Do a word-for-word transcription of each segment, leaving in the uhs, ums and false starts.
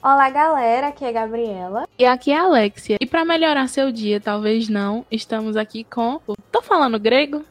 Olá, galera, aqui é a Gabriela. E aqui é a Alexia. E para melhorar seu dia, talvez não, estamos aqui com o Tô Falando Grego?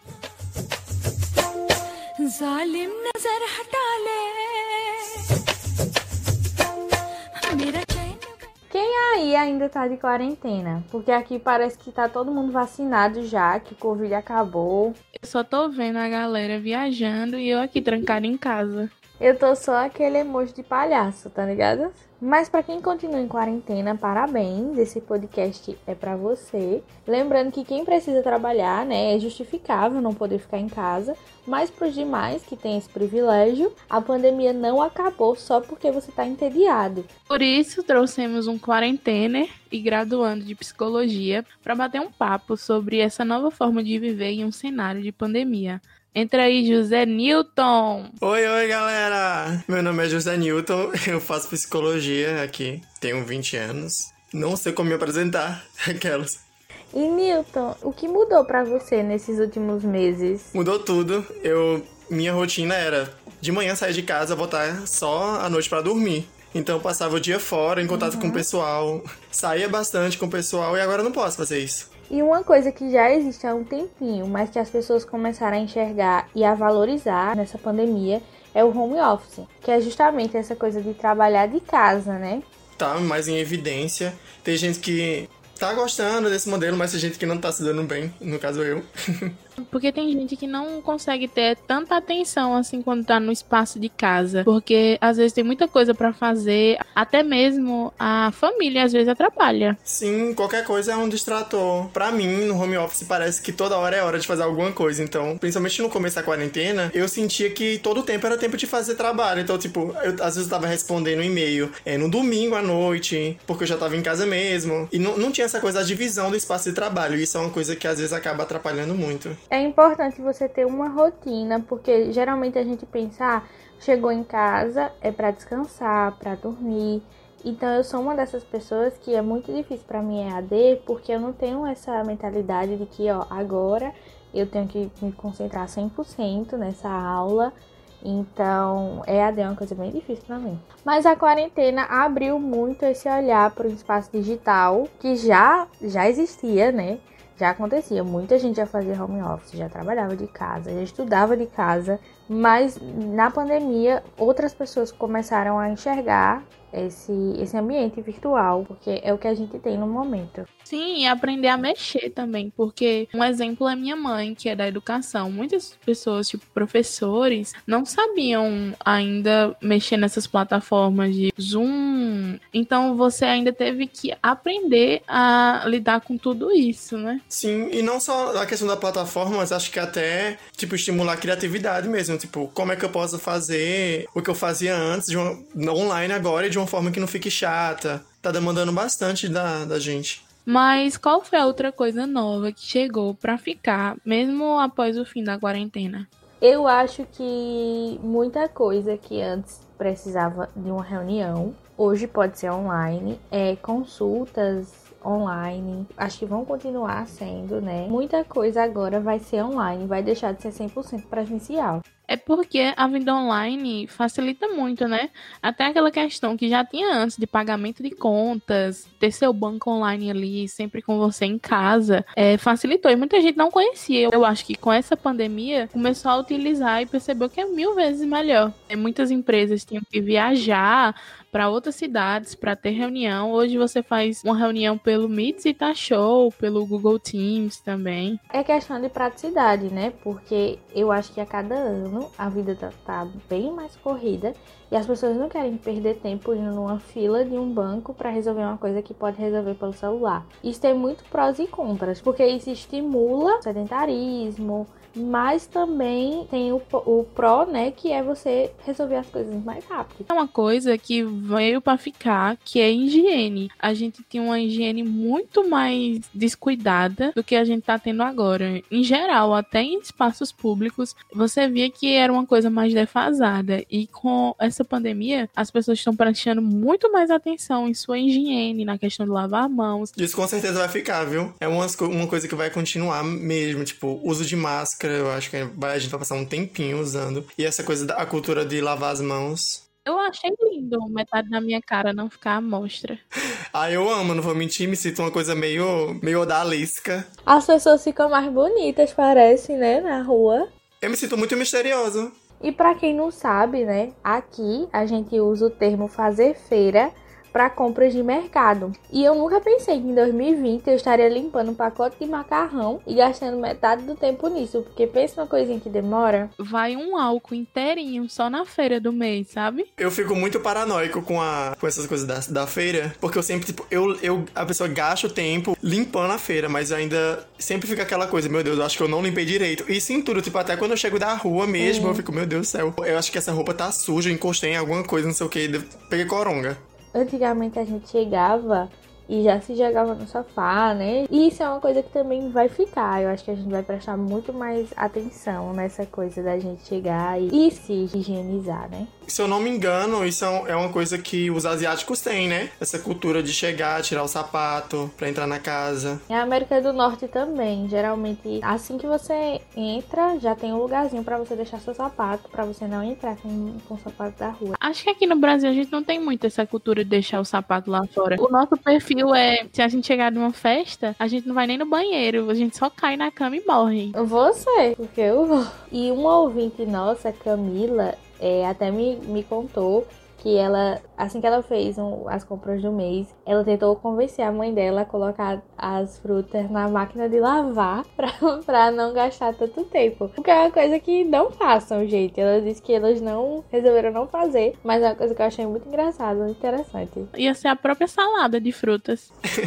Quem aí ainda tá de quarentena? Porque aqui parece que tá todo mundo vacinado já, que o Covid acabou. Eu só tô vendo a galera viajando e eu aqui trancada em casa. Eu tô só aquele emoji de palhaço, tá ligado? Mas pra quem continua em quarentena, parabéns, esse podcast é pra você. Lembrando que quem precisa trabalhar, né, é justificável não poder ficar em casa. Mas pros demais que têm esse privilégio, a pandemia não acabou só porque você tá entediado. Por isso, trouxemos um quarentener e graduando de psicologia para bater um papo sobre essa nova forma de viver em um cenário de pandemia. Entra aí, José Newton! Oi, oi, galera! Meu nome é José Newton, eu faço psicologia aqui, tenho vinte anos. Não sei como me apresentar, aquelas. E Newton, o que mudou pra você nesses últimos meses? Mudou tudo, eu... minha rotina era de manhã sair de casa, voltar só à noite pra dormir. Então eu passava o dia fora, em contato uhum. com o pessoal, saía bastante com o pessoal e agora eu não posso fazer isso. E uma coisa que já existe há um tempinho, mas que as pessoas começaram a enxergar e a valorizar nessa pandemia é o home office, que é justamente essa coisa de trabalhar de casa, né? Tá mais em evidência. Tem gente que tá gostando desse modelo, mas tem gente que não tá se dando bem, no caso eu. Porque tem gente que não consegue ter tanta atenção assim quando tá no espaço de casa. Porque às vezes tem muita coisa pra fazer, até mesmo a família às vezes atrapalha. Sim, qualquer coisa é um distrator. Pra mim, no home office, parece que toda hora é hora de fazer alguma coisa. Então, principalmente no começo da quarentena, eu sentia que todo o tempo era tempo de fazer trabalho. Então, tipo, eu, às vezes eu tava respondendo um e-mail é, no domingo à noite, porque eu já tava em casa mesmo. E não, não tinha essa coisa da divisão do espaço de trabalho. E isso é uma coisa que às vezes acaba atrapalhando muito. É importante você ter uma rotina, porque geralmente a gente pensa, ah, chegou em casa, é pra descansar, pra dormir. Então eu sou uma dessas pessoas que é muito difícil pra mim E A D, porque eu não tenho essa mentalidade de que, ó, agora eu tenho que me concentrar cem por cento nessa aula. Então, E A D é uma coisa bem difícil pra mim. Mas a quarentena abriu muito esse olhar para o espaço digital, que já, já existia, né? Já acontecia, muita gente já fazia home office, já trabalhava de casa, já estudava de casa, mas na pandemia outras pessoas começaram a enxergar esse, esse ambiente virtual, porque é o que a gente tem no momento. Sim, e aprender a mexer também, porque um exemplo é minha mãe, que é da educação. Muitas pessoas, tipo professores, não sabiam ainda mexer nessas plataformas de Zoom. Então você ainda teve que aprender a lidar com tudo isso, né? Sim, e não só a questão da plataforma, mas acho que até, tipo, estimular a criatividade mesmo. Tipo, como é que eu posso fazer o que eu fazia antes, de uma, online agora, e de uma forma que não fique chata. Tá demandando bastante da, da gente. Mas qual foi a outra coisa nova que chegou pra ficar, mesmo após o fim da quarentena? Eu acho que muita coisa que antes precisava de uma reunião, hoje pode ser online, é consultas online, acho que vão continuar sendo, né? Muita coisa agora vai ser online, vai deixar de ser cem por cento presencial. É porque a vida online facilita muito, né? Até aquela questão que já tinha antes de pagamento de contas, ter seu banco online ali, sempre com você em casa, é, facilitou. E muita gente não conhecia. Eu acho que com essa pandemia, começou a utilizar e percebeu que é mil vezes melhor. E muitas empresas tinham que viajar para outras cidades para ter reunião. Hoje você faz uma reunião pelo Meet e tá show, pelo Google Teams também. É questão de praticidade, né? Porque eu acho que a cada ano a vida tá, tá bem mais corrida e as pessoas não querem perder tempo indo numa fila de um banco para resolver uma coisa que pode resolver pelo celular. Isso tem muito prós e contras, porque isso estimula o sedentarismo, mas também tem o, o pró, né, que é você resolver as coisas mais rápido. É uma coisa que veio para ficar, que é higiene. A gente tinha uma higiene muito mais descuidada do que a gente tá tendo agora. Em geral, até em espaços públicos, você via que era uma coisa mais defasada. E com essa pandemia, as pessoas estão prestando muito mais atenção em sua higiene, na questão de lavar mãos. Isso com certeza vai ficar, viu? É uma, uma coisa que vai continuar mesmo, tipo, uso de máscara. Eu acho que a gente vai passar um tempinho usando. E essa coisa da cultura de lavar as mãos. Eu achei lindo metade da minha cara não ficar à mostra. Ah, eu amo, não vou mentir, me sinto uma coisa meio, meio odalisca. As pessoas ficam mais bonitas, parece, né, na rua. Eu me sinto muito misterioso. E pra quem não sabe, né, aqui a gente usa o termo fazer feira para compras de mercado. E eu nunca pensei que em dois mil e vinte eu estaria limpando um pacote de macarrão e gastando metade do tempo nisso, porque pensa uma coisinha que demora. Vai um álcool inteirinho só na feira do mês, sabe? Eu fico muito paranoico com, a, com essas coisas da, da feira, porque eu sempre, tipo, eu, eu, a pessoa gasta o tempo limpando a feira, mas ainda sempre fica aquela coisa, meu Deus, eu acho que eu não limpei direito. Isso em tudo, tipo, até quando eu chego da rua mesmo, hum. eu fico, meu Deus do céu, eu acho que essa roupa tá suja, eu encostei em alguma coisa, não sei o que, peguei coronga. Antigamente a gente chegava e já se jogava no sofá, né? E isso é uma coisa que também vai ficar. Eu acho que a gente vai prestar muito mais atenção nessa coisa da gente chegar e, e se higienizar, né? Se eu não me engano, isso é uma coisa que os asiáticos têm, né? Essa cultura de chegar, tirar o sapato pra entrar na casa. E a América do Norte também. Geralmente, assim que você entra, já tem um lugarzinho pra você deixar seu sapato, pra você não entrar com, com o sapato da rua. Acho que aqui no Brasil a gente não tem muito essa cultura de deixar o sapato lá fora. O nosso perfil é, se a gente chegar numa festa, a gente não vai nem no banheiro, a gente só cai na cama e morre. Você, porque eu vou. E uma ouvinte nossa, Camila, É, até me, me contou que ela, assim que ela fez um, as compras do mês, ela tentou convencer a mãe dela a colocar as frutas na máquina de lavar pra, pra não gastar tanto tempo. Porque é uma coisa que não façam, gente. Ela disse que elas não resolveram não fazer, mas é uma coisa que eu achei muito engraçada, muito interessante. Ia ser a própria salada de frutas.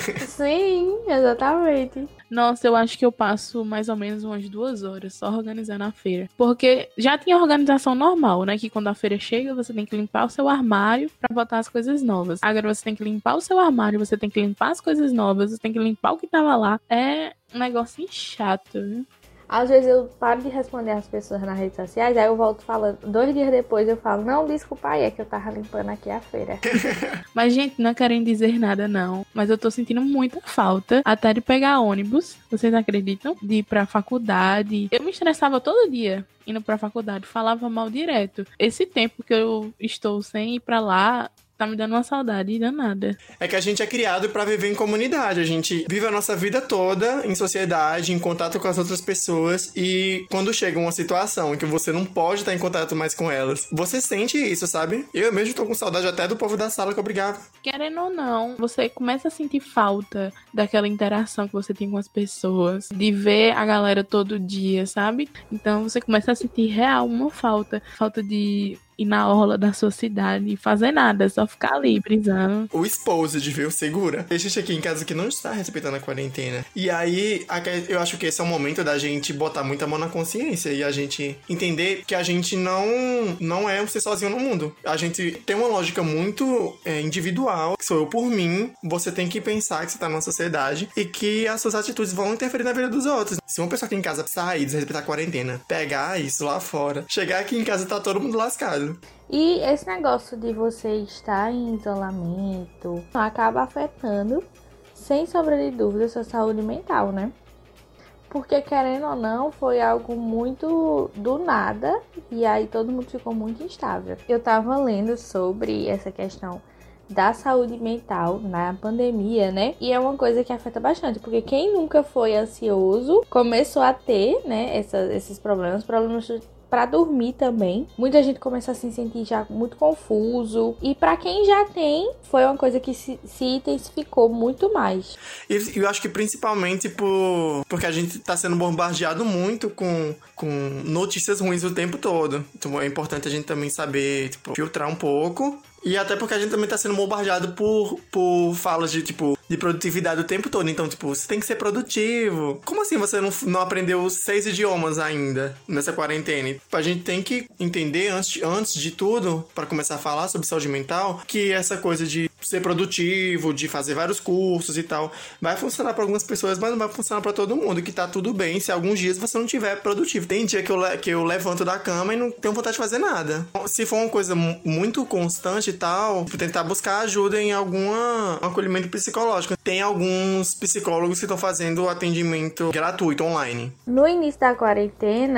Sim, exatamente. Nossa, eu acho que eu passo mais ou menos umas duas horas só organizando a feira. Porque já tinha organização normal, né? Que quando a feira chega, você tem que limpar o seu armário pra botar as coisas novas. Agora você tem que limpar o seu armário, você tem que limpar as coisas novas, você tem que limpar o que tava lá. É um negocinho chato, viu? Às vezes eu paro de responder as pessoas nas redes sociais, aí eu volto falando, dois dias depois eu falo, não, desculpa aí, é que eu tava limpando aqui a feira. Mas, gente, não é querendo dizer nada, não. Mas eu tô sentindo muita falta, até de pegar ônibus, vocês acreditam? De ir pra faculdade. Eu me estressava todo dia indo pra faculdade, falava mal direto. Esse tempo que eu estou sem ir pra lá, tá me dando uma saudade danada. É que a gente é criado pra viver em comunidade. A gente vive a nossa vida toda em sociedade, em contato com as outras pessoas. E quando chega uma situação em que você não pode estar em contato mais com elas, você sente isso, sabe? Eu mesmo tô com saudade até do povo da sala que eu brigava. Querendo ou não, você começa a sentir falta daquela interação que você tem com as pessoas, de ver a galera todo dia, sabe? Então você começa a sentir real uma falta. Falta de ir na orla da sua cidade e fazer nada, só ficar ali brisando. O exposed, viu? Segura. Tem gente aqui em casa que não está respeitando a quarentena. E aí, eu acho que esse é o momento da gente botar muita mão na consciência e a gente entender que a gente não, não é um ser sozinho no mundo. A gente tem uma lógica muito é, individual, que sou eu por mim. Você tem que pensar que você tá numa sociedade e que as suas atitudes vão interferir na vida dos outros. Se uma pessoa aqui em casa sair, desrespeitar a quarentena, pegar isso lá fora, chegar aqui em casa e tá todo mundo lascado. E esse negócio de você estar em isolamento acaba afetando, sem sombra de dúvida, a sua saúde mental, né? Porque, querendo ou não, foi algo muito do nada e aí todo mundo ficou muito instável. Eu tava lendo sobre essa questão da saúde mental na pandemia, né? E é uma coisa que afeta bastante, porque quem nunca foi ansioso começou a ter, né, essa, esses problemas, problemas para dormir também. Muita gente começou a se sentir já muito confuso. E para quem já tem, foi uma coisa que se, se intensificou muito mais. E eu acho que principalmente por, porque a gente tá sendo bombardeado muito com, com notícias ruins o tempo todo. Então é importante a gente também saber, tipo, filtrar um pouco. E até porque a gente também tá sendo bombardeado por, por falas de, tipo, de produtividade o tempo todo. Então, tipo, você tem que ser produtivo. Como assim você não, não aprendeu seis idiomas ainda nessa quarentena? A gente tem que entender, antes, antes de tudo, para começar a falar sobre saúde mental, que essa coisa de ser produtivo, de fazer vários cursos e tal, vai funcionar para algumas pessoas, mas não vai funcionar para todo mundo. Que tá tudo bem se alguns dias você não tiver produtivo. Tem dia que eu, que eu levanto da cama e não tenho vontade de fazer nada. Se for uma coisa muito constante, tal, tentar buscar ajuda em algum acolhimento psicológico. Tem alguns psicólogos que estão fazendo atendimento gratuito online. No início da quarentena,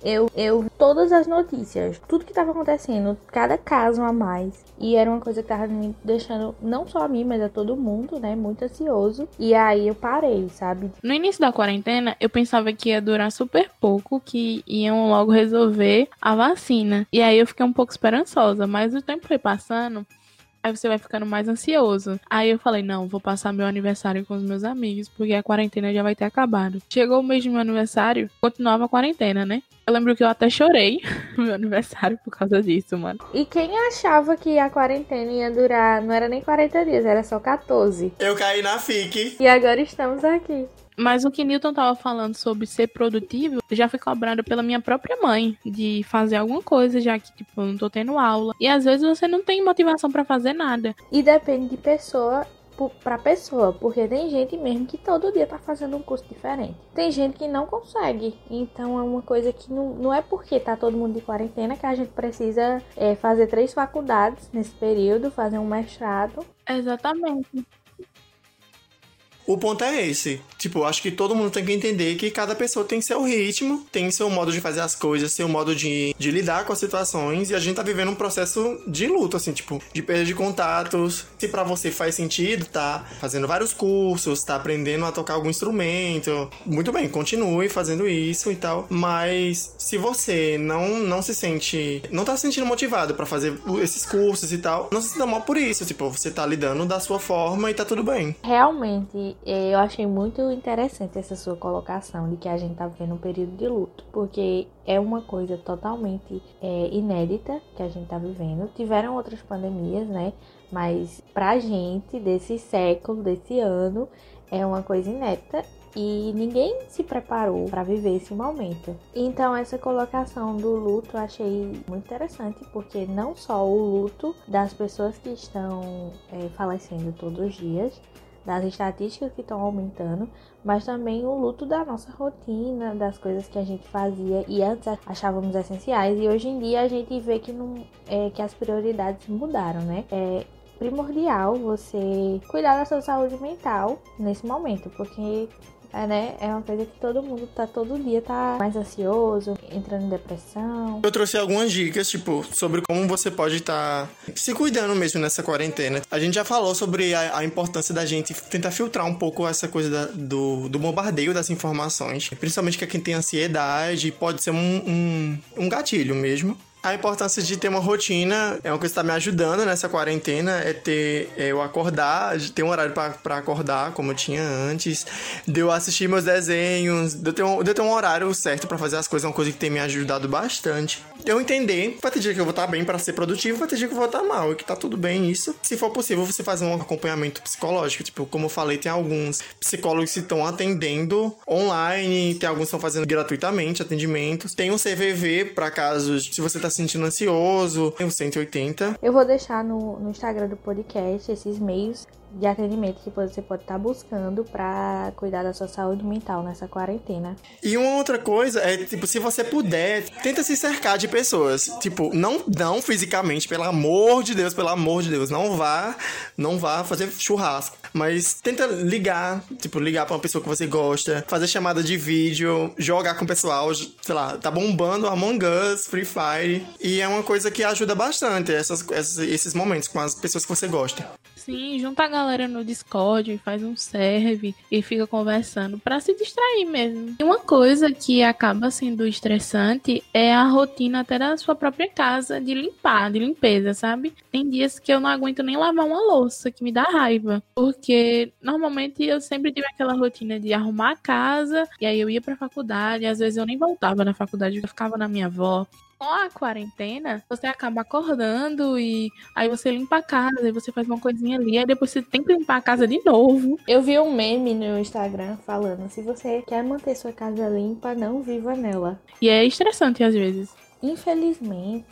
eu, eu todas as notícias, tudo que tava acontecendo, cada caso a mais. E era uma coisa que tava me deixando, não só a mim, mas a todo mundo, né, muito ansioso. E aí eu parei, sabe? No início da quarentena, eu pensava que ia durar super pouco, que iam logo resolver a vacina. E aí eu fiquei um pouco esperançosa, mas o tempo foi passando. Aí você vai ficando mais ansioso. Aí eu falei, não, vou passar meu aniversário com os meus amigos, porque a quarentena já vai ter acabado. Chegou o mês do meu aniversário, continuava a quarentena, né? Eu lembro que eu até chorei no meu aniversário por causa disso, mano. E quem achava que a quarentena ia durar, não era nem quarenta dias, era só quatorze. Eu caí na F I C. E agora estamos aqui. Mas o que Newton tava falando sobre ser produtivo, eu já fui cobrada pela minha própria mãe de fazer alguma coisa, já que, tipo, eu não tô tendo aula. E às vezes você não tem motivação pra fazer nada. E depende de pessoa pra pessoa, porque tem gente mesmo que todo dia tá fazendo um curso diferente. Tem gente que não consegue. Então é uma coisa que não, não é porque tá todo mundo de quarentena que a gente precisa é, fazer três faculdades nesse período, fazer um mestrado. Exatamente. O ponto é esse. Tipo, acho que todo mundo tem que entender que cada pessoa tem seu ritmo, tem seu modo de fazer as coisas, seu modo de, de lidar com as situações. E a gente tá vivendo um processo de luto, assim, tipo, de perda de contatos. Se pra você faz sentido, tá fazendo vários cursos, tá aprendendo a tocar algum instrumento, muito bem, continue fazendo isso e tal. Mas se você não, não se sente, não tá se sentindo motivado pra fazer esses cursos e tal, não se sinta mal por isso. Tipo, você tá lidando da sua forma e tá tudo bem. Realmente, eu achei muito interessante essa sua colocação de que a gente tá vivendo um período de luto, porque é uma coisa totalmente é, inédita que a gente tá vivendo. Tiveram outras pandemias, né? Mas pra gente, desse século, desse ano, é uma coisa inédita e ninguém se preparou para viver esse momento. Então essa colocação do luto eu achei muito interessante, porque não só o luto das pessoas que estão é, falecendo todos os dias, das estatísticas que estão aumentando, mas também o luto da nossa rotina, das coisas que a gente fazia e antes achávamos essenciais, e hoje em dia a gente vê que, não, é, que as prioridades mudaram, né? É primordial você cuidar da sua saúde mental nesse momento, porque é, né, é uma coisa que todo mundo tá todo dia tá mais ansioso, entrando em depressão. Eu trouxe algumas dicas, tipo, sobre como você pode estar tá se cuidando mesmo nessa quarentena. A gente já falou sobre a, a importância da gente tentar filtrar um pouco essa coisa da, do, do bombardeio das informações, principalmente que quem tem ansiedade, pode ser um, um, um gatilho mesmo. A importância de ter uma rotina é uma coisa que está me ajudando nessa quarentena, é ter é eu acordar, de ter um horário para acordar, como eu tinha antes, de eu assistir meus desenhos, de eu ter um, de eu ter um horário certo para fazer as coisas, é uma coisa que tem me ajudado bastante. Eu entender, vai ter dia que eu vou estar bem para ser produtivo, vai ter dia que eu vou estar mal, e que tá tudo bem isso. Se for possível, você fazer um acompanhamento psicológico, tipo, como eu falei, tem alguns psicólogos que estão atendendo online, tem alguns que estão fazendo gratuitamente atendimentos, tem um C V V para casos, se você tá sentindo ansioso, tem o cento e oitenta. Eu vou deixar no, no Instagram do podcast esses meios de atendimento que você pode estar buscando para cuidar da sua saúde mental nessa quarentena. E uma outra coisa é, tipo, se você puder, tenta se cercar de pessoas. Tipo, não, não fisicamente, pelo amor de Deus, pelo amor de Deus, não vá, não vá fazer churrasco. Mas tenta ligar, tipo, ligar pra uma pessoa que você gosta, fazer chamada de vídeo, jogar com o pessoal, sei lá, tá bombando Among Us, Free Fire. E é uma coisa que ajuda bastante essas, essas, esses momentos com as pessoas que você gosta. Sim, junta a galera no Discord, faz um serve e fica conversando pra se distrair mesmo. E uma coisa que acaba sendo estressante é a rotina até da sua própria casa de limpar, de limpeza, sabe? Tem dias que eu não aguento nem lavar uma louça, que me dá raiva. Porque normalmente eu sempre tive aquela rotina de arrumar a casa e aí eu ia pra faculdade, às vezes eu nem voltava da faculdade, eu ficava na minha avó. Com a quarentena, você acaba acordando e aí você limpa a casa, e você faz uma coisinha ali, aí depois você tem que limpar a casa de novo. Eu vi um meme no Instagram falando, se você quer manter sua casa limpa, não viva nela. E é estressante às vezes. Infelizmente,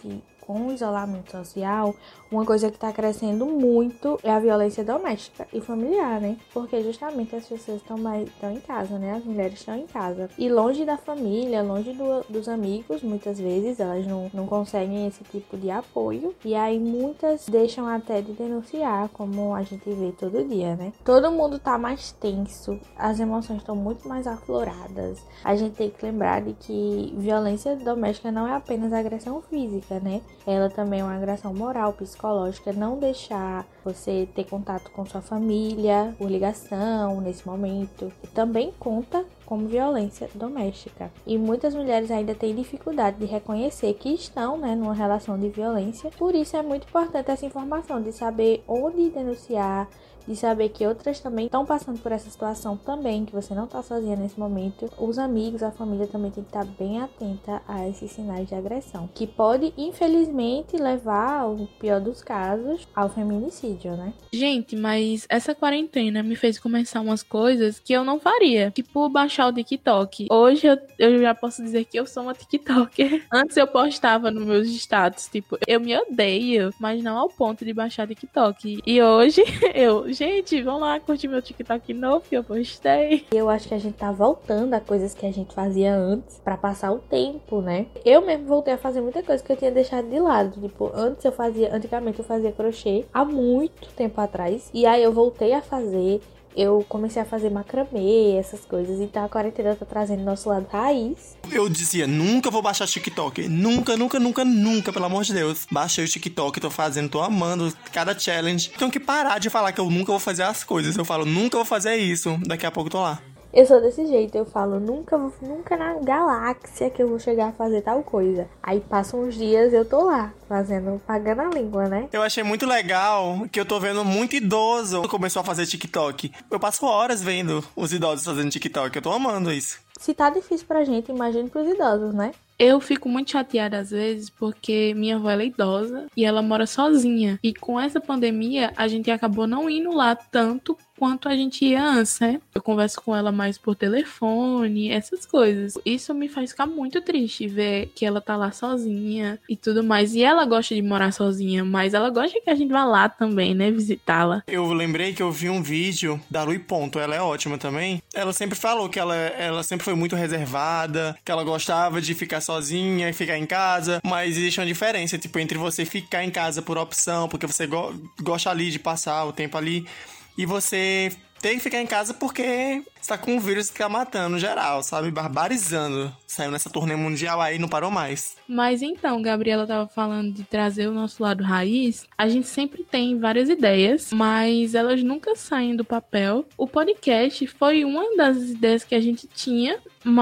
com o isolamento social, uma coisa que está crescendo muito é a violência doméstica e familiar, né? Porque justamente as pessoas estão mais estão em casa, né? As mulheres estão em casa. E longe da família, longe do, dos amigos, muitas vezes elas não, não conseguem esse tipo de apoio. E aí muitas deixam até de denunciar, como a gente vê todo dia, né? Todo mundo tá mais tenso, as emoções estão muito mais afloradas. A gente tem que lembrar de que violência doméstica não é apenas agressão física, né? Ela também é uma agressão moral, psicológica, não deixar você ter contato com sua família por ligação nesse momento. E também conta como violência doméstica. E muitas mulheres ainda têm dificuldade de reconhecer que estão, né, numa relação de violência. Por isso é muito importante essa informação de saber onde denunciar, de saber que outras também estão passando por essa situação também, que você não está sozinha nesse momento. Os amigos, a família também tem que estar bem atenta a esses sinais de agressão, que pode, infelizmente, levar, no pior dos casos, ao feminicídio, né? Gente, mas essa quarentena me fez começar umas coisas que eu não faria, tipo baixar o TikTok. Hoje eu, eu já posso dizer que eu sou uma TikToker. Antes eu postava nos meus status, tipo, eu me odeio, mas não ao ponto de baixar TikTok. E hoje eu... Gente, vão lá curtir meu TikTok novo que eu postei. Eu acho que a gente tá voltando a coisas que a gente fazia antes pra passar o tempo, né? Eu mesmo voltei a fazer muita coisa que eu tinha deixado de lado. Tipo, antes eu fazia, antigamente eu fazia crochê há muito tempo atrás. E aí eu voltei a fazer. Eu comecei a fazer macramê, essas coisas. Então a quarentena tá trazendo nosso lado raiz. Eu dizia, nunca vou baixar TikTok. Nunca, nunca, nunca, nunca, pelo amor de Deus. Baixei o TikTok, tô fazendo, tô amando cada challenge. Tenho que parar de falar que eu nunca vou fazer as coisas. Eu falo, nunca vou fazer isso. Daqui a pouco eu tô lá. Eu sou desse jeito, eu falo, nunca, nunca na galáxia que eu vou chegar a fazer tal coisa. Aí passam uns dias eu tô lá, fazendo, pagando a língua, né? Eu achei muito legal que eu tô vendo muito idoso começou a fazer TikTok. Eu passo horas vendo os idosos fazendo TikTok, eu tô amando isso. Se tá difícil pra gente, imagine pros idosos, né? Eu fico muito chateada às vezes porque minha avó ela é idosa e ela mora sozinha. E com essa pandemia, a gente acabou não indo lá tanto quanto a gente ia antes, né? Eu converso com ela mais por telefone, essas coisas. Isso me faz ficar muito triste, ver que ela tá lá sozinha e tudo mais. E ela gosta de morar sozinha, mas ela gosta que a gente vá lá também, né? Visitá-la. Eu lembrei que eu vi um vídeo da Lui Ponto, ela é ótima também. Ela sempre falou que ela, ela sempre foi muito reservada, que ela gostava de ficar sozinha e ficar em casa, mas existe uma diferença, tipo, entre você ficar em casa por opção, porque você go- gosta ali de passar o tempo ali, e você tem que ficar em casa porque está com um vírus que tá matando geral, sabe? Barbarizando. Saiu nessa turnê mundial aí e não parou mais. Mas então, Gabriela tava falando de trazer o nosso lado raiz. A gente sempre tem várias ideias, mas elas nunca saem do papel. O podcast foi uma das ideias que a gente tinha,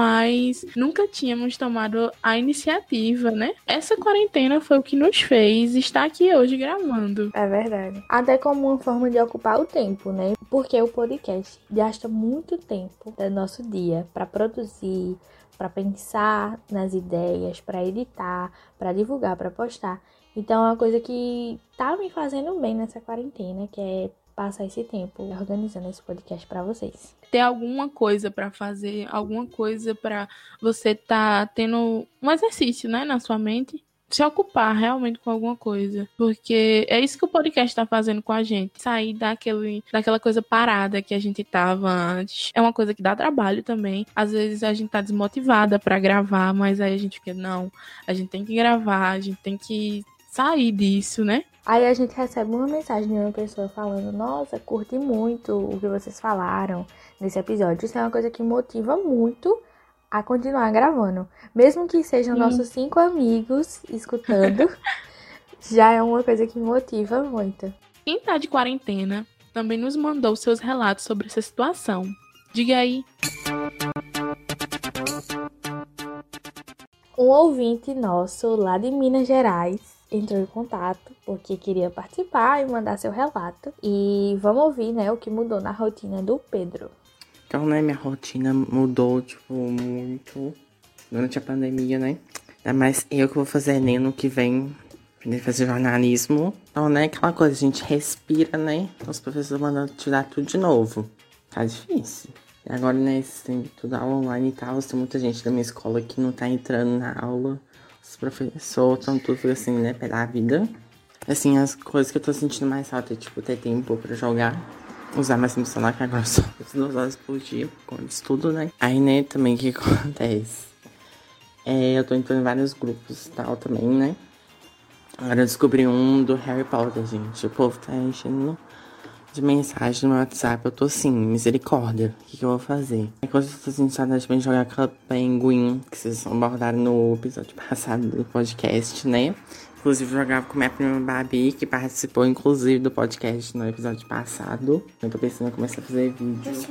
mas nunca tínhamos tomado a iniciativa, né? Essa quarentena foi o que nos fez estar aqui hoje gravando. É verdade. Até como uma forma de ocupar o tempo, né? Porque o podcast gasta muito tempo do nosso dia para produzir, para pensar nas ideias, para editar, para divulgar, para postar. Então é uma coisa que tá me fazendo bem nessa quarentena, que é passar esse tempo organizando esse podcast para vocês. Ter alguma coisa para fazer, alguma coisa para você tá tendo um exercício, né, na sua mente. Se ocupar realmente com alguma coisa. Porque é isso que o podcast tá fazendo com a gente. Sair daquele, daquela coisa parada que a gente tava antes. É uma coisa que dá trabalho também. Às vezes a gente tá desmotivada pra gravar, mas aí a gente fica, não, a gente tem que gravar, a gente tem que sair disso, né? Aí a gente recebe uma mensagem de uma pessoa falando, nossa, curti muito o que vocês falaram nesse episódio. Isso é uma coisa que motiva muito a continuar gravando. Mesmo que sejam Sim. nossos cinco amigos escutando, já é uma coisa que motiva muito. Quem tá de quarentena também nos mandou seus relatos sobre essa situação. Diga aí. Um ouvinte nosso lá de Minas Gerais entrou em contato porque queria participar e mandar seu relato. E vamos ouvir, né, o que mudou na rotina do Pedro. Então, né, minha rotina mudou, tipo, muito durante a pandemia, né? Ainda mais eu que vou fazer Enem no que vem, aprender a fazer jornalismo. Então, né, aquela coisa, a gente respira, né? Os professores mandando tirar tudo de novo. Tá difícil. E agora, né, tem tudo aula online e tal, tem muita gente da minha escola que não tá entrando na aula. Os os professores, estão tudo assim, né, pela vida. Assim, as coisas que eu tô sentindo mais falta é, tipo, ter tempo pra jogar. Usar mais meu celular, que agora só duas horas por dia, por conta disso tudo, né? Aí, né, também, o que acontece? É, eu tô entrando em vários grupos e tal também, né? Agora eu descobri um do Harry Potter, gente. O povo tá enchendo de mensagem no meu WhatsApp. Eu tô assim, misericórdia. O que, que eu vou fazer? Enquanto eu tô sentindo saudade de jogar aquela Penguin que vocês abordaram no episódio passado do podcast, né? Inclusive, eu jogava com minha prima Babi, que participou, inclusive, do podcast no episódio passado. Eu tô pensando em começar a fazer vídeo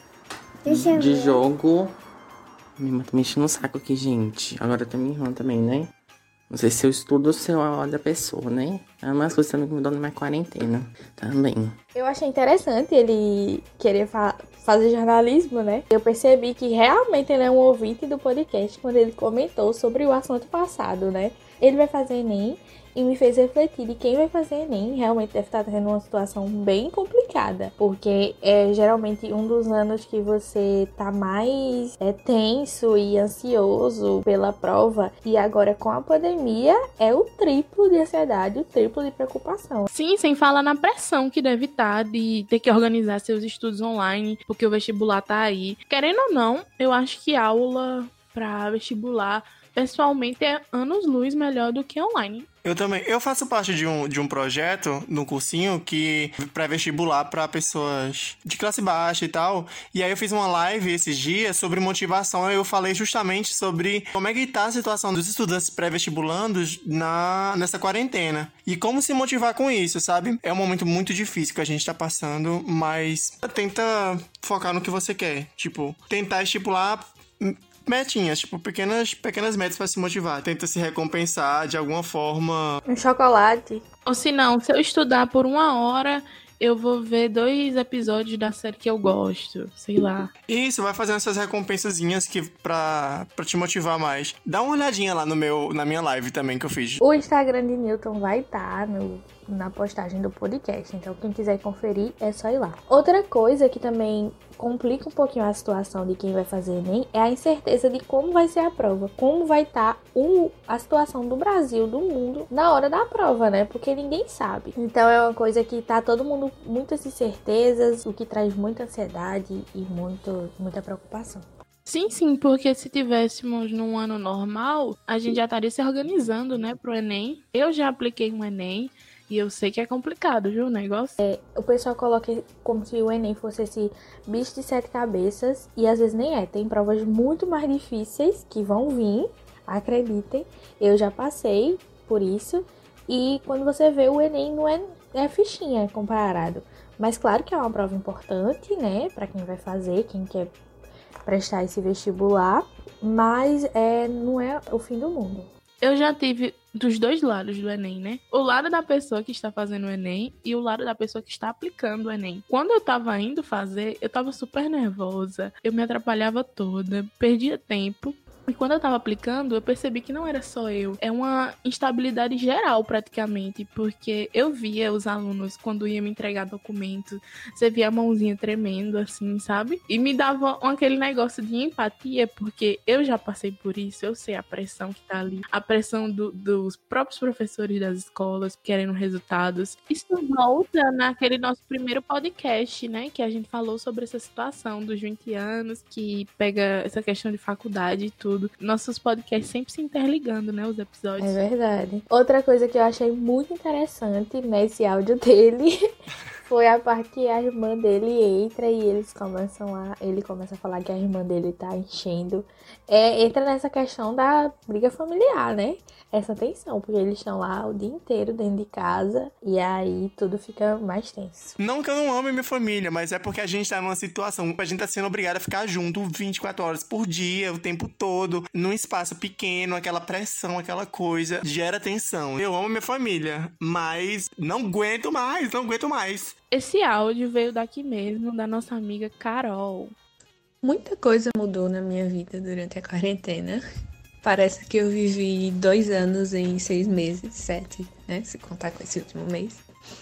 Deixa de ver. jogo. Minha irmã tá me enchendo o saco aqui, gente. Agora tem minha irmã também, né? Não sei se eu estudo ou se eu olho a pessoa, né? É umas coisas também que me dão na minha quarentena. Também. Eu achei interessante ele querer fa- fazer jornalismo, né? Eu percebi que realmente ele é um ouvinte do podcast quando ele comentou sobre o assunto passado, né? Ele vai fazer Enem e me fez refletir de quem vai fazer Enem realmente deve estar tendo uma situação bem complicada, porque é geralmente um dos anos que você tá mais é, tenso e ansioso pela prova, e agora com a pandemia é o triplo de ansiedade, o triplo de preocupação. Sim, sem falar na pressão que deve estar de ter que organizar seus estudos online, porque o vestibular tá aí. Querendo ou não, eu acho que aula pra vestibular, pessoalmente, é anos-luz melhor do que online. Eu também. Eu faço parte de um, de um projeto no cursinho que pré-vestibular para pessoas de classe baixa e tal. E aí eu fiz uma live esses dias sobre motivação. Eu falei justamente sobre como é que tá a situação dos estudantes pré-vestibulandos na, nessa quarentena. E como se motivar com isso, sabe? É um momento muito difícil que a gente tá passando, mas tenta focar no que você quer. Tipo, tentar estipular metinhas, tipo, pequenas, pequenas metas pra se motivar. Tenta se recompensar de alguma forma. Um chocolate. Ou se não, se eu estudar por uma hora, eu vou ver dois episódios da série que eu gosto, sei lá. Isso, vai fazendo essas recompensazinhas que pra, pra te motivar mais. Dá uma olhadinha lá no meu, na minha live também que eu fiz. O Instagram de Newton vai estar no, na postagem do podcast, então quem quiser conferir é só ir lá. Outra coisa que também complica um pouquinho a situação de quem vai fazer Enem é a incerteza de como vai ser a prova, como vai estar o, a situação do Brasil, do mundo, na hora da prova, né? Porque ninguém sabe. Então é uma coisa que tá todo mundo muitas incertezas, o que traz muita ansiedade e muito, muita preocupação. Sim, sim, porque se tivéssemos num ano normal, a gente já estaria se organizando, né, pro Enem. Eu já apliquei um Enem e eu sei que é complicado, viu, o negócio? É, o pessoal coloca como se o Enem fosse esse bicho de sete cabeças, e às vezes nem é. Tem provas muito mais difíceis que vão vir, acreditem. Eu já passei por isso, e quando você vê o Enem não é, é fichinha comparado. Mas claro que é uma prova importante, né, pra quem vai fazer, quem quer prestar esse vestibular, mas é, não é o fim do mundo. Eu já tive dos dois lados do Enem, né? O lado da pessoa que está fazendo o Enem e o lado da pessoa que está aplicando o Enem. Quando eu tava indo fazer, eu tava super nervosa, eu me atrapalhava toda, perdia tempo. E quando eu tava aplicando, eu percebi que não era só eu. É uma instabilidade geral, praticamente. Porque eu via os alunos, quando ia me entregar documento, você via a mãozinha tremendo, assim, sabe? E me dava aquele negócio de empatia, porque eu já passei por isso, eu sei a pressão que tá ali. A pressão do, dos próprios professores das escolas, querendo resultados. Isso volta naquele nosso primeiro podcast, né? Que a gente falou sobre essa situação dos vinte anos, que pega essa questão de faculdade e tudo. Nossos podcasts sempre se interligando, né, os episódios. É verdade. Outra coisa que eu achei muito interessante nesse áudio dele foi a parte que a irmã dele entra e eles começam a... Ele começa a falar que a irmã dele tá enchendo. É, entra nessa questão da briga familiar, né? Essa tensão, porque eles estão lá o dia inteiro dentro de casa e aí tudo fica mais tenso. Não que eu não ame minha família, mas é porque a gente tá numa situação, a gente tá sendo obrigado a ficar junto vinte e quatro horas por dia, o tempo todo, num espaço pequeno, aquela pressão, aquela coisa, gera tensão. Eu amo minha família, mas não aguento mais, não aguento mais. Esse áudio veio daqui mesmo, da nossa amiga Carol. Muita coisa mudou na minha vida durante a quarentena. Parece que eu vivi dois anos em seis meses, sete, né? Se contar com esse último mês.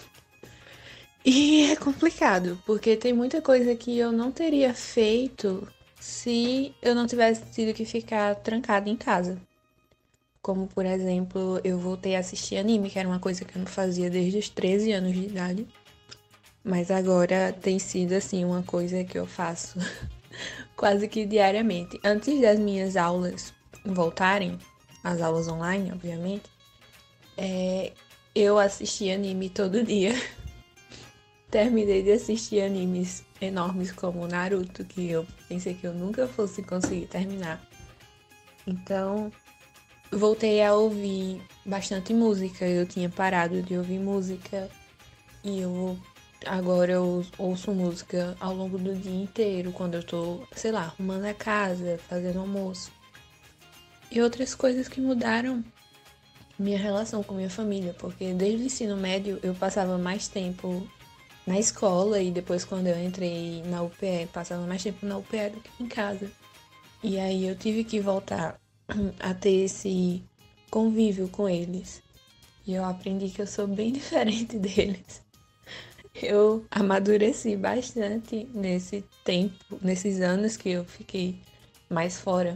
E é complicado, porque tem muita coisa que eu não teria feito se eu não tivesse tido que ficar trancada em casa. Como, por exemplo, eu voltei a assistir anime, que era uma coisa que eu não fazia desde os treze anos de idade. Mas agora tem sido, assim, uma coisa que eu faço quase que diariamente. Antes das minhas aulas voltarem, as aulas online, obviamente, é, eu assisti anime todo dia. Terminei de assistir animes enormes como Naruto, que eu pensei que eu nunca fosse conseguir terminar. Então, voltei a ouvir bastante música. Eu tinha parado de ouvir música e eu agora eu ouço música ao longo do dia inteiro, quando eu tô, sei lá, arrumando a casa, fazendo almoço. E outras coisas que mudaram minha relação com minha família, porque desde o ensino médio eu passava mais tempo na escola e depois quando eu entrei na U P E, passava mais tempo na U P E do que em casa. E aí eu tive que voltar a ter esse convívio com eles. E eu aprendi que eu sou bem diferente deles. Eu amadureci bastante nesse tempo, nesses anos que eu fiquei mais fora.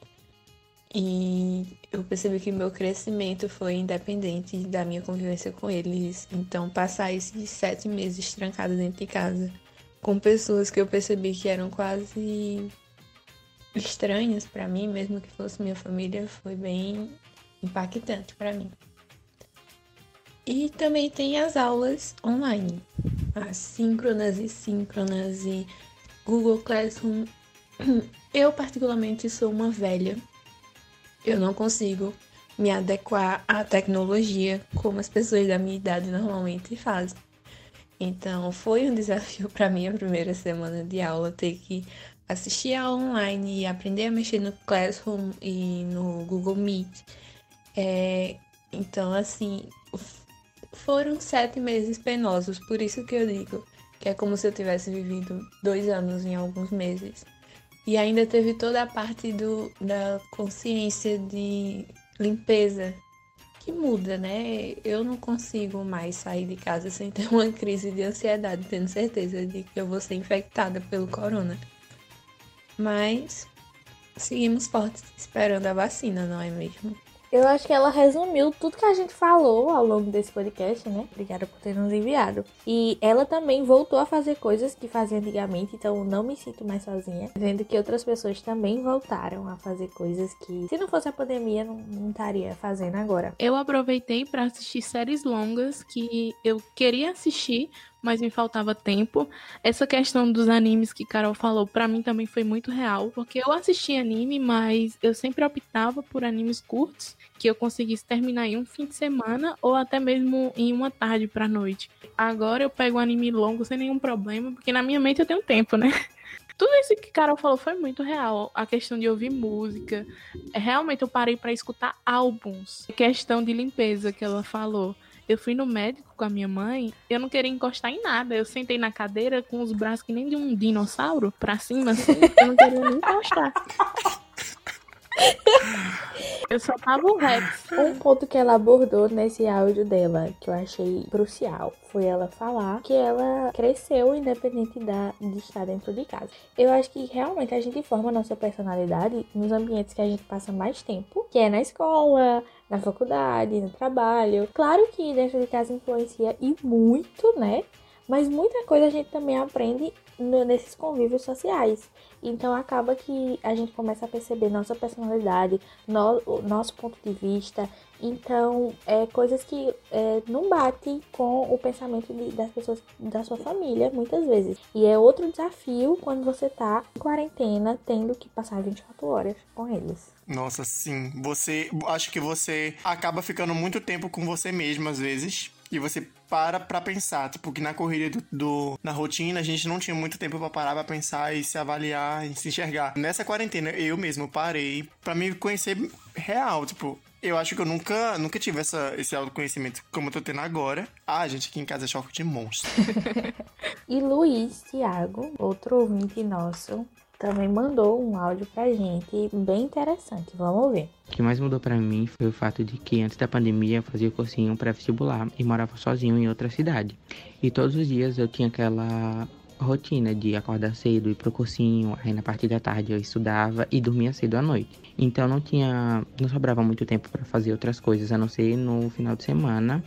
E eu percebi que meu crescimento foi independente da minha convivência com eles. Então, passar esses sete meses trancada dentro de casa com pessoas que eu percebi que eram quase estranhas para mim, mesmo que fosse minha família, foi bem impactante para mim. E também tem as aulas online, assíncronas e síncronas e Google Classroom. Eu particularmente sou uma velha. Eu não consigo me adequar à tecnologia como as pessoas da minha idade normalmente fazem. Então foi um desafio para mim a primeira semana de aula ter que assistir a aula online e aprender a mexer no Classroom e no Google Meet. É, então, assim, foram sete meses penosos, por isso que eu digo que é como se eu tivesse vivido dois anos em alguns meses. E ainda teve toda a parte do, da consciência de limpeza, que muda, né? Eu não consigo mais sair de casa sem ter uma crise de ansiedade, tendo certeza de que eu vou ser infectada pelo corona. Mas seguimos fortes, esperando a vacina, não é mesmo? Eu acho que ela resumiu tudo que a gente falou ao longo desse podcast, né? Obrigada por ter nos enviado. E ela também voltou a fazer coisas que fazia antigamente, então não me sinto mais sozinha. Vendo que outras pessoas também voltaram a fazer coisas que, se não fosse a pandemia, não, não estaria fazendo agora. Eu aproveitei para assistir séries longas que eu queria assistir, mas me faltava tempo. Essa questão dos animes que Carol falou, pra mim também foi muito real, porque eu assisti anime, mas eu sempre optava por animes curtos, que eu conseguisse terminar em um fim de semana, ou até mesmo em uma tarde pra noite. Agora eu pego um anime longo sem nenhum problema, porque na minha mente eu tenho tempo, né? Tudo isso que Carol falou foi muito real. A questão de ouvir música. Realmente eu parei pra escutar álbuns. A questão de limpeza que ela falou. Eu fui no médico com a minha mãe, eu não queria encostar em nada. Eu sentei na cadeira com os braços que nem de um dinossauro pra cima, assim, eu não queria nem encostar. Eu só tava o Rex. Um ponto que ela abordou nesse áudio dela, que eu achei crucial, foi ela falar que ela cresceu independente da, de estar dentro de casa. Eu acho que realmente a gente forma a nossa personalidade nos ambientes que a gente passa mais tempo, que é na escola, na faculdade, no trabalho. Claro que dentro de casa influencia e muito, né? Mas muita coisa a gente também aprende no, nesses convívios sociais. Então acaba que a gente começa a perceber nossa personalidade, no, nosso ponto de vista. Então, é coisas que é, não batem com o pensamento de, das pessoas da sua família, muitas vezes. E é outro desafio quando você tá em quarentena, tendo que passar vinte e quatro horas com eles. Nossa, sim. Você, acho que você acaba ficando muito tempo com você mesmo, às vezes. E você para pra pensar, tipo, que na corrida do, do, na rotina a gente não tinha muito tempo pra parar pra pensar e se avaliar e se enxergar. Nessa quarentena eu mesmo parei pra me conhecer real, tipo, eu acho que eu nunca, nunca tive essa, esse autoconhecimento como eu tô tendo agora. Ah, gente, aqui em casa é choque de monstro. E Luiz Thiago, outro ouvinte nosso, também mandou um áudio pra gente bem interessante. Vamos ouvir. O que mais mudou pra mim foi o fato de que antes da pandemia eu fazia cursinho pré-vestibular e morava sozinho em outra cidade. E todos os dias eu tinha aquela rotina de acordar cedo, ir pro cursinho, aí na parte da tarde eu estudava e dormia cedo à noite. Então não tinha, não sobrava muito tempo para fazer outras coisas, a não ser no final de semana,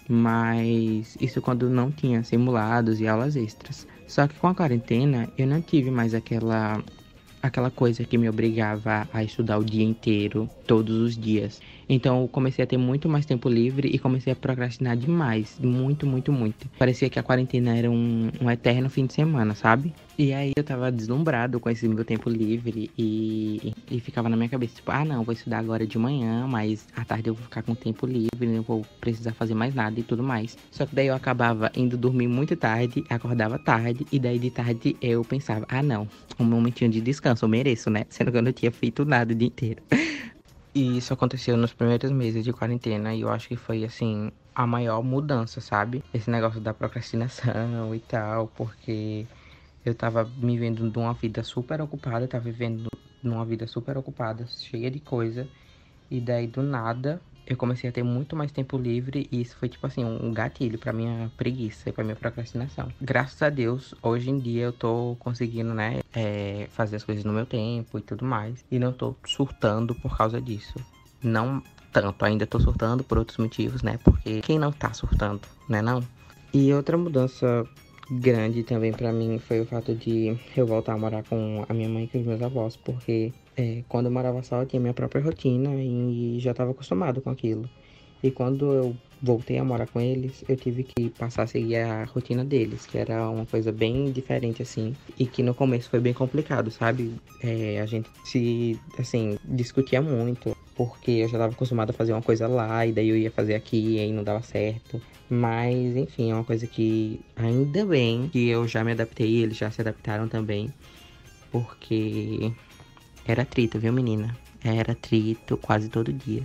mas isso quando não tinha simulados e aulas extras. Só que com a quarentena eu não tive mais aquela aquela coisa que me obrigava a estudar o dia inteiro, todos os dias. Então eu comecei a ter muito mais tempo livre e comecei a procrastinar demais, muito, muito, muito. Parecia que a quarentena era um, um eterno fim de semana, sabe? E aí eu tava deslumbrado com esse meu tempo livre e, e ficava na minha cabeça, tipo, ah não, vou estudar agora de manhã, mas à tarde eu vou ficar com tempo livre, não vou precisar fazer mais nada e tudo mais. Só que daí eu acabava indo dormir muito tarde, acordava tarde, e daí de tarde eu pensava, ah não, um momentinho de descanso, eu mereço, né? Sendo que eu não tinha feito nada o dia inteiro. E isso aconteceu nos primeiros meses de quarentena e eu acho que foi, assim, a maior mudança, sabe? Esse negócio da procrastinação e tal, porque eu tava me vendo numa vida super ocupada, tava vivendo numa vida super ocupada, cheia de coisa, e daí do nada eu comecei a ter muito mais tempo livre e isso foi tipo assim, um gatilho pra minha preguiça e pra minha procrastinação. Graças a Deus, hoje em dia eu tô conseguindo, né, é, fazer as coisas no meu tempo e tudo mais, e não tô surtando por causa disso. Não tanto, ainda tô surtando por outros motivos, né, porque quem não tá surtando, né, não? E outra mudança grande também pra mim foi o fato de eu voltar a morar com a minha mãe e com os meus avós, porque é, quando eu morava só eu tinha minha própria rotina e já estava acostumado com aquilo. E quando eu voltei a morar com eles, eu tive que passar a seguir a rotina deles, que era uma coisa bem diferente assim, e que no começo foi bem complicado, sabe? É, a gente se, assim, discutia muito, porque eu já estava acostumado a fazer uma coisa lá, e daí eu ia fazer aqui, e aí não dava certo. Mas, enfim, é uma coisa que ainda bem que eu já me adaptei, eles já se adaptaram também, porque era atrito, viu, menina? Era atrito quase todo dia.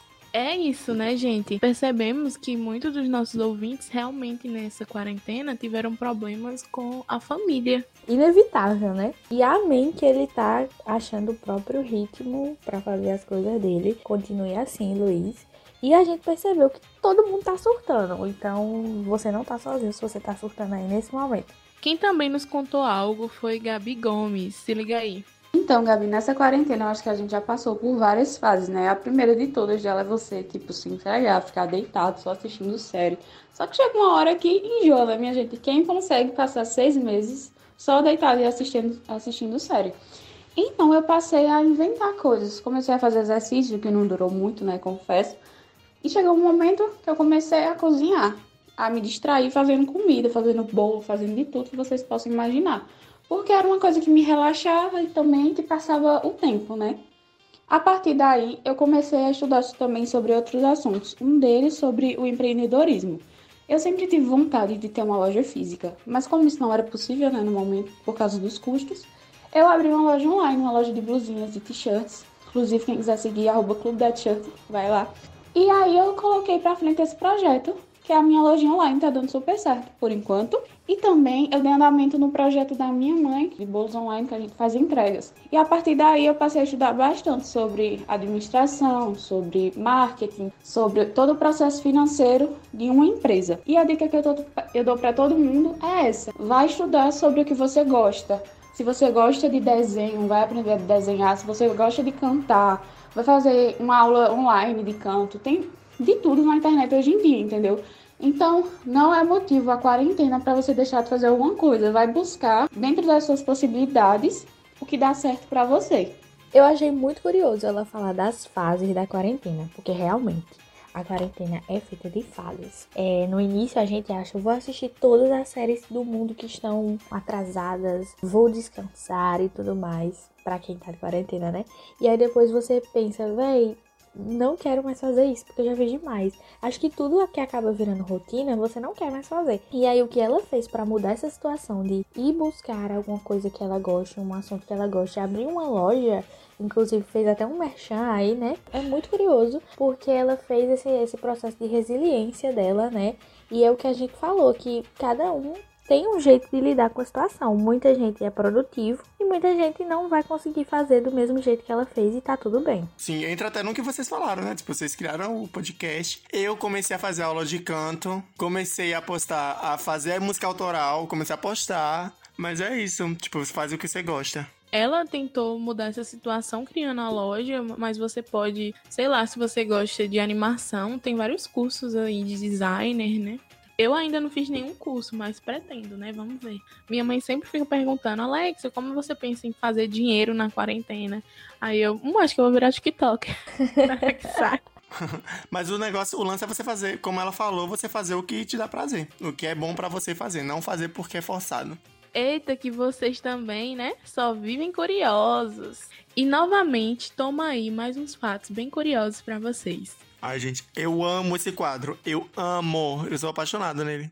É isso, né, gente? Percebemos que muitos dos nossos ouvintes realmente nessa quarentena tiveram problemas com a família. Inevitável, né? E amém que ele tá achando o próprio ritmo pra fazer as coisas dele. Continue assim, Luiz. E a gente percebeu que todo mundo tá surtando. Então, você não tá sozinho se você tá surtando aí nesse momento. Quem também nos contou algo foi Gabi Gomes. Se liga aí. Então, Gabi, nessa quarentena eu acho que a gente já passou por várias fases, né? A primeira de todas dela é você, tipo, se entregar, ficar deitado, só assistindo série. Só que chega uma hora que enjoa, né, minha gente? Quem consegue passar seis meses só deitado e assistindo, assistindo série? Então, eu passei a inventar coisas. Comecei a fazer exercício, que não durou muito, né, confesso. E chegou um momento que eu comecei a cozinhar, a me distrair fazendo comida, fazendo bolo, fazendo de tudo que vocês possam imaginar. Porque era uma coisa que me relaxava e também que passava o tempo, né? A partir daí, eu comecei a estudar também sobre outros assuntos. Um deles sobre o empreendedorismo. Eu sempre tive vontade de ter uma loja física, mas como isso não era possível, né, no momento, por causa dos custos, eu abri uma loja online, uma loja de blusinhas e t-shirts. Inclusive, quem quiser seguir, arroba Clube da T-shirt, vai lá. E aí eu coloquei pra frente esse projeto, que é a minha lojinha online, tá dando super certo por enquanto. E também eu dei andamento no projeto da minha mãe, de bolos online, que a gente faz entregas. E a partir daí eu passei a estudar bastante sobre administração, sobre marketing, sobre todo o processo financeiro de uma empresa. E a dica que eu, tô, eu dou para todo mundo é essa: vai estudar sobre o que você gosta. Se você gosta de desenho, vai aprender a desenhar. Se você gosta de cantar, vai fazer uma aula online de canto. Tem de tudo na internet hoje em dia, entendeu? Então, não é motivo a quarentena para você deixar de fazer alguma coisa. Vai buscar, dentro das suas possibilidades, o que dá certo para você. Eu achei muito curioso ela falar das fases da quarentena, porque realmente a quarentena é feita de fases. É, no início a gente acha, vou assistir todas as séries do mundo que estão atrasadas, vou descansar e tudo mais, pra quem tá de quarentena, né? E aí depois você pensa, véi, não quero mais fazer isso, porque eu já fiz demais. Acho que tudo que acaba virando rotina, você não quer mais fazer. E aí o que ela fez pra mudar essa situação de ir buscar alguma coisa que ela goste, um assunto que ela goste, abrir uma loja, inclusive fez até um merchan aí, né? É muito curioso, porque ela fez esse, esse processo de resiliência dela, né? E é o que a gente falou, que cada um tem um jeito de lidar com a situação. Muita gente é produtivo e muita gente não vai conseguir fazer do mesmo jeito que ela fez e tá tudo bem. Sim, entra até no que vocês falaram, né? Tipo, vocês criaram o podcast. Eu comecei a fazer aula de canto, comecei a postar, a fazer música autoral, comecei a postar. Mas é isso, tipo, você faz o que você gosta. Ela tentou mudar essa situação criando a loja, mas você pode, sei lá, se você gosta de animação, tem vários cursos aí de designer, né? Eu ainda não fiz nenhum curso, mas pretendo, né? Vamos ver. Minha mãe sempre fica perguntando, Alexa, como você pensa em fazer dinheiro na quarentena? Aí eu, hum, acho que eu vou virar TikToker. Que saco. Mas o negócio, o lance é você fazer, como ela falou, você fazer o que te dá prazer. O que é bom pra você fazer, não fazer porque é forçado. Eita, que vocês também, né? Só vivem curiosos. E novamente, toma aí mais uns fatos bem curiosos pra vocês. Ai, gente, eu amo esse quadro. Eu amo. Eu sou apaixonado nele.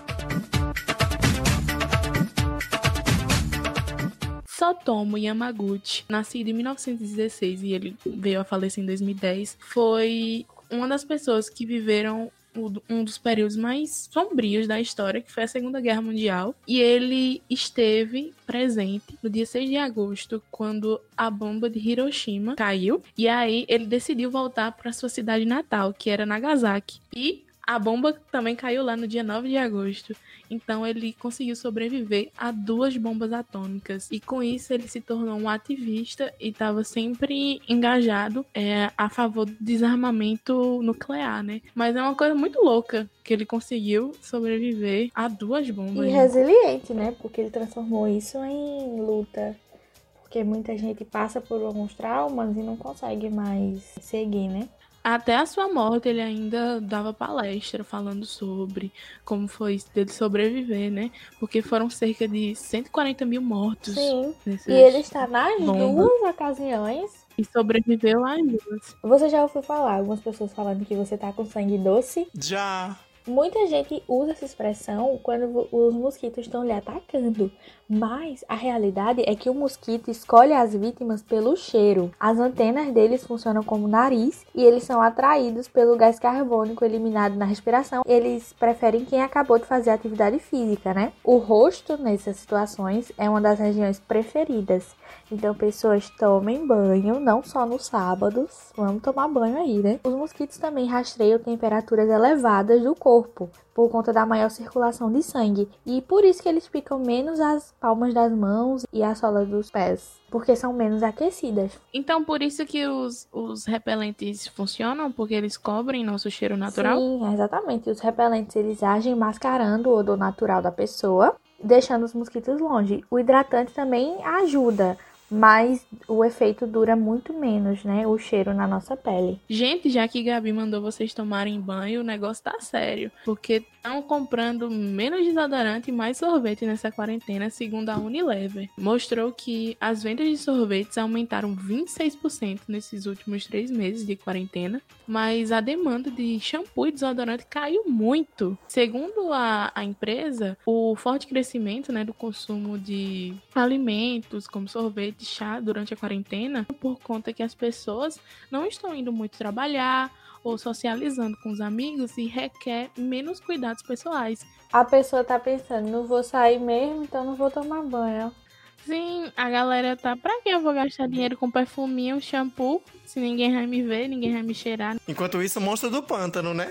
Satomu Yamaguchi, nascido em mil novecentos e dezesseis e ele veio a falecer em dois mil e dez, foi uma das pessoas que viveram um dos períodos mais sombrios da história, que foi a Segunda Guerra Mundial. E ele esteve presente no dia seis de agosto, quando a bomba de Hiroshima caiu. E aí ele decidiu voltar para sua cidade natal, que era Nagasaki. E a bomba também caiu lá no dia nove de agosto. Então ele conseguiu sobreviver a duas bombas atômicas. E com isso ele se tornou um ativista e estava sempre engajado é, a favor do desarmamento nuclear, né? Mas é uma coisa muito louca que ele conseguiu sobreviver a duas bombas. E resiliente, né? Porque ele transformou isso em luta. Porque muita gente passa por alguns traumas e não consegue mais seguir, né? Até a sua morte, ele ainda dava palestra falando sobre como foi dele sobreviver, né? Porque foram cerca de cento e quarenta mil mortos. Sim, e ele está nas bombas. duas ocasiões. E sobreviveu às duas. Você já ouviu falar, algumas pessoas falando que você tá com sangue doce? Já. Muita gente usa essa expressão quando os mosquitos estão lhe atacando, mas a realidade é que o mosquito escolhe as vítimas pelo cheiro. As antenas deles funcionam como nariz e eles são atraídos pelo gás carbônico eliminado na respiração. Eles preferem quem acabou de fazer atividade física, né? O rosto, nessas situações, é uma das regiões preferidas. Então, pessoas tomem banho, não só nos sábados. Vamos tomar banho aí, né? Os mosquitos também rastreiam temperaturas elevadas do corpo, por conta da maior circulação de sangue. E por isso que eles picam menos as palmas das mãos e a sola dos pés, porque são menos aquecidas. Então, por isso que os, os repelentes funcionam? Porque eles cobrem nosso cheiro natural? Sim, exatamente. Os repelentes, eles agem mascarando o odor natural da pessoa, deixando os mosquitos longe. O hidratante também ajuda, mas o efeito dura muito menos, né? O cheiro na nossa pele. Gente, já que Gabi mandou vocês tomarem banho, o negócio tá sério. Porque estão comprando menos desodorante e mais sorvete nessa quarentena, segundo a Unilever. Mostrou que as vendas de sorvetes aumentaram vinte e seis por cento nesses últimos três meses de quarentena, mas a demanda de shampoo e desodorante caiu muito. Segundo a, a empresa, o forte crescimento, né, do consumo de alimentos, como sorvete, chá durante a quarentena, por conta que as pessoas não estão indo muito trabalhar ou socializando com os amigos e requer menos cuidados pessoais. A pessoa tá pensando, não vou sair mesmo, então não vou tomar banho. Sim, a galera tá, pra que eu vou gastar dinheiro com perfuminho, shampoo, se ninguém vai me ver, ninguém vai me cheirar? Enquanto isso, o monstro do pântano, né?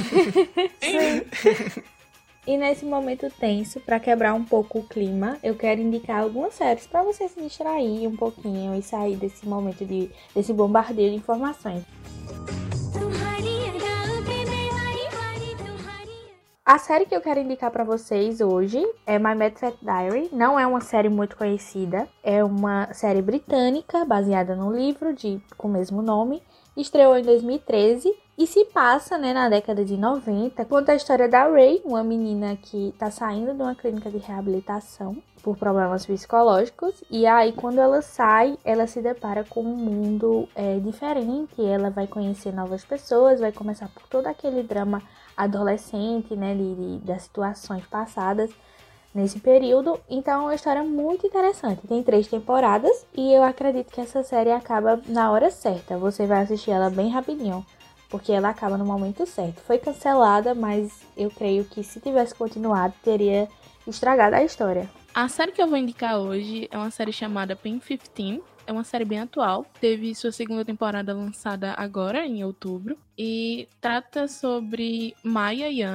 Sim. E nesse momento tenso, para quebrar um pouco o clima, eu quero indicar algumas séries para você se distrair um pouquinho e sair desse momento de desse bombardeio de informações. A série que eu quero indicar para vocês hoje é My Mad Fat Diary. Não é uma série muito conhecida, é uma série britânica baseada num livro de, com o mesmo nome. Estreou em dois mil e treze e se passa, né, na década de noventa. Conta a história da Ray, uma menina que está saindo de uma clínica de reabilitação por problemas psicológicos. E aí, quando ela sai, ela se depara com um mundo é, diferente. Ela vai conhecer novas pessoas, vai começar por todo aquele drama adolescente, né, de, de, das situações passadas nesse período. Então é uma história muito interessante. Tem três temporadas e eu acredito que essa série acaba na hora certa. Você vai assistir ela bem rapidinho, porque ela acaba no momento certo. Foi cancelada, mas eu creio que se tivesse continuado, teria estragado a história. A série que eu vou indicar hoje é uma série chamada Pen quinze. É uma série bem atual. Teve sua segunda temporada lançada agora, em outubro. E trata sobre Maya e Ana,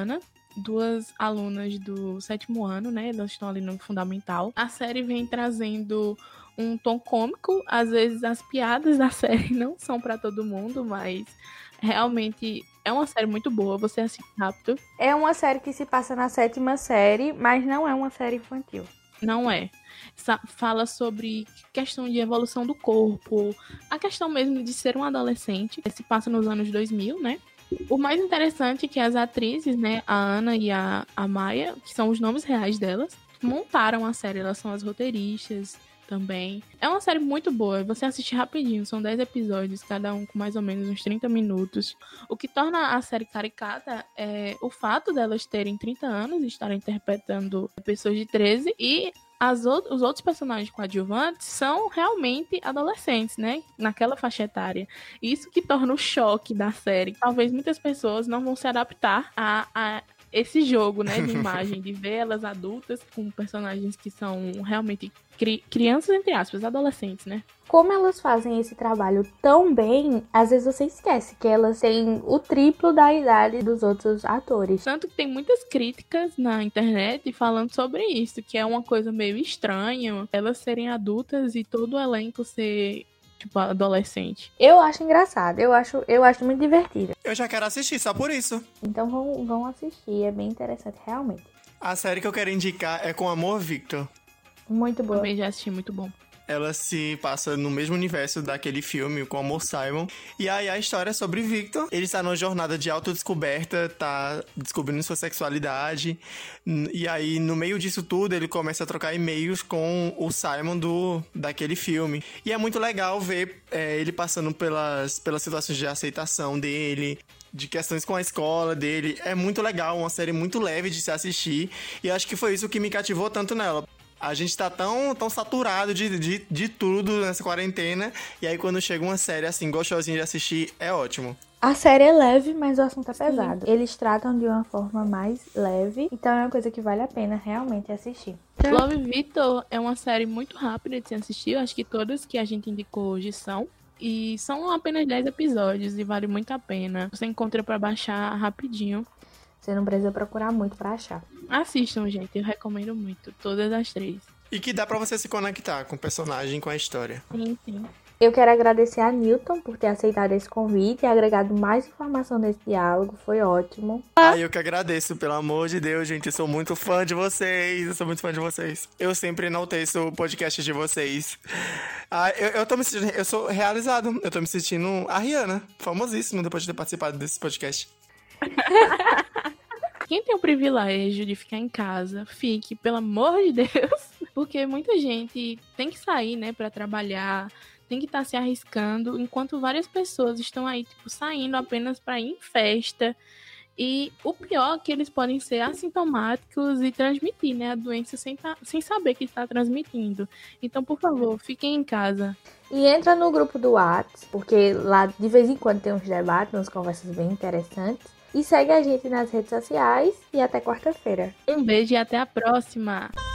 duas alunas do sétimo ano, né? Elas estão ali no fundamental. A série vem trazendo um tom cômico. Às vezes as piadas da série não são pra todo mundo, mas realmente é uma série muito boa. Você assiste rápido. É uma série que se passa na sétima série, mas não é uma série infantil. Não é. Sa- Fala sobre questão de evolução do corpo, a questão mesmo de ser um adolescente. Se passa nos anos dois mil, né? O mais interessante é que as atrizes, né, a Ana e a, a Maia, que são os nomes reais delas, montaram a série. Elas são as roteiristas também. É uma série muito boa. Você assiste rapidinho. São dez episódios, cada um com mais ou menos uns trinta minutos. O que torna a série caricata é o fato delas terem trinta anos e estarem interpretando pessoas de treze e as out- os outros personagens coadjuvantes são realmente adolescentes, né? Naquela faixa etária. Isso que torna o choque da série. Talvez muitas pessoas não vão se adaptar a, a esse jogo, né? De imagem, de ver elas adultas com personagens que são realmente cri- crianças, entre aspas, adolescentes, né? Como elas fazem esse trabalho tão bem, às vezes você esquece que elas têm o triplo da idade dos outros atores. Tanto que tem muitas críticas na internet falando sobre isso, que é uma coisa meio estranha, elas serem adultas e todo o elenco ser, tipo, adolescente. Eu acho engraçado, eu acho, eu acho muito divertido. Eu já quero assistir só por isso. Então vão, vão assistir, é bem interessante, realmente. A série que eu quero indicar é Com Amor, Victor. Muito boa. Também já assisti, muito bom. Ela se passa no mesmo universo daquele filme, Com Amor, Simon. E aí a história é sobre Victor. Ele está numa jornada de autodescoberta, tá descobrindo sua sexualidade. E aí, no meio disso tudo, ele começa a trocar e-mails com o Simon do, daquele filme. E é muito legal ver é, ele passando pelas, pelas situações de aceitação dele, de questões com a escola dele. É muito legal, uma série muito leve de se assistir. E acho que foi isso que me cativou tanto nela. A gente tá tão, tão saturado de, de, de tudo nessa quarentena. E aí, quando chega uma série assim, gostosinha de assistir, é ótimo. A série é leve, mas o assunto é pesado. Eles tratam de uma forma mais leve, então é uma coisa que vale a pena realmente assistir. Love, Victor é uma série muito rápida de se assistir. Eu acho que todas que a gente indicou hoje são. E são apenas dez episódios e vale muito a pena. Você encontra pra baixar rapidinho. Você não precisa procurar muito pra achar. Assistam, gente. Eu recomendo muito. Todas as três. E que dá pra você se conectar com o personagem, com a história. Sim, sim. Eu quero agradecer a Newton por ter aceitado esse convite e agregado mais informação nesse diálogo. Foi ótimo. Ah, eu que agradeço, pelo amor de Deus, gente. Eu sou muito fã de vocês. Eu sou muito fã de vocês. Eu sempre enalteço o podcast de vocês. Ah, eu, eu tô me sentindo... Eu sou realizado. Eu tô me sentindo a Rihanna. Famosíssima depois de ter participado desse podcast. Quem tem o privilégio de ficar em casa, fique, pelo amor de Deus. Porque muita gente tem que sair, né, pra trabalhar, tem que estar se arriscando, enquanto várias pessoas estão aí, tipo, saindo apenas pra ir em festa. E o pior é que eles podem ser assintomáticos e transmitir, né, a doença sem, tá, sem saber que está transmitindo. Então, por favor, fiquem em casa. E entra no grupo do WhatsApp, porque lá de vez em quando tem uns debates, umas conversas bem interessantes. E segue a gente nas redes sociais e até quarta-feira. Um beijo e até a próxima!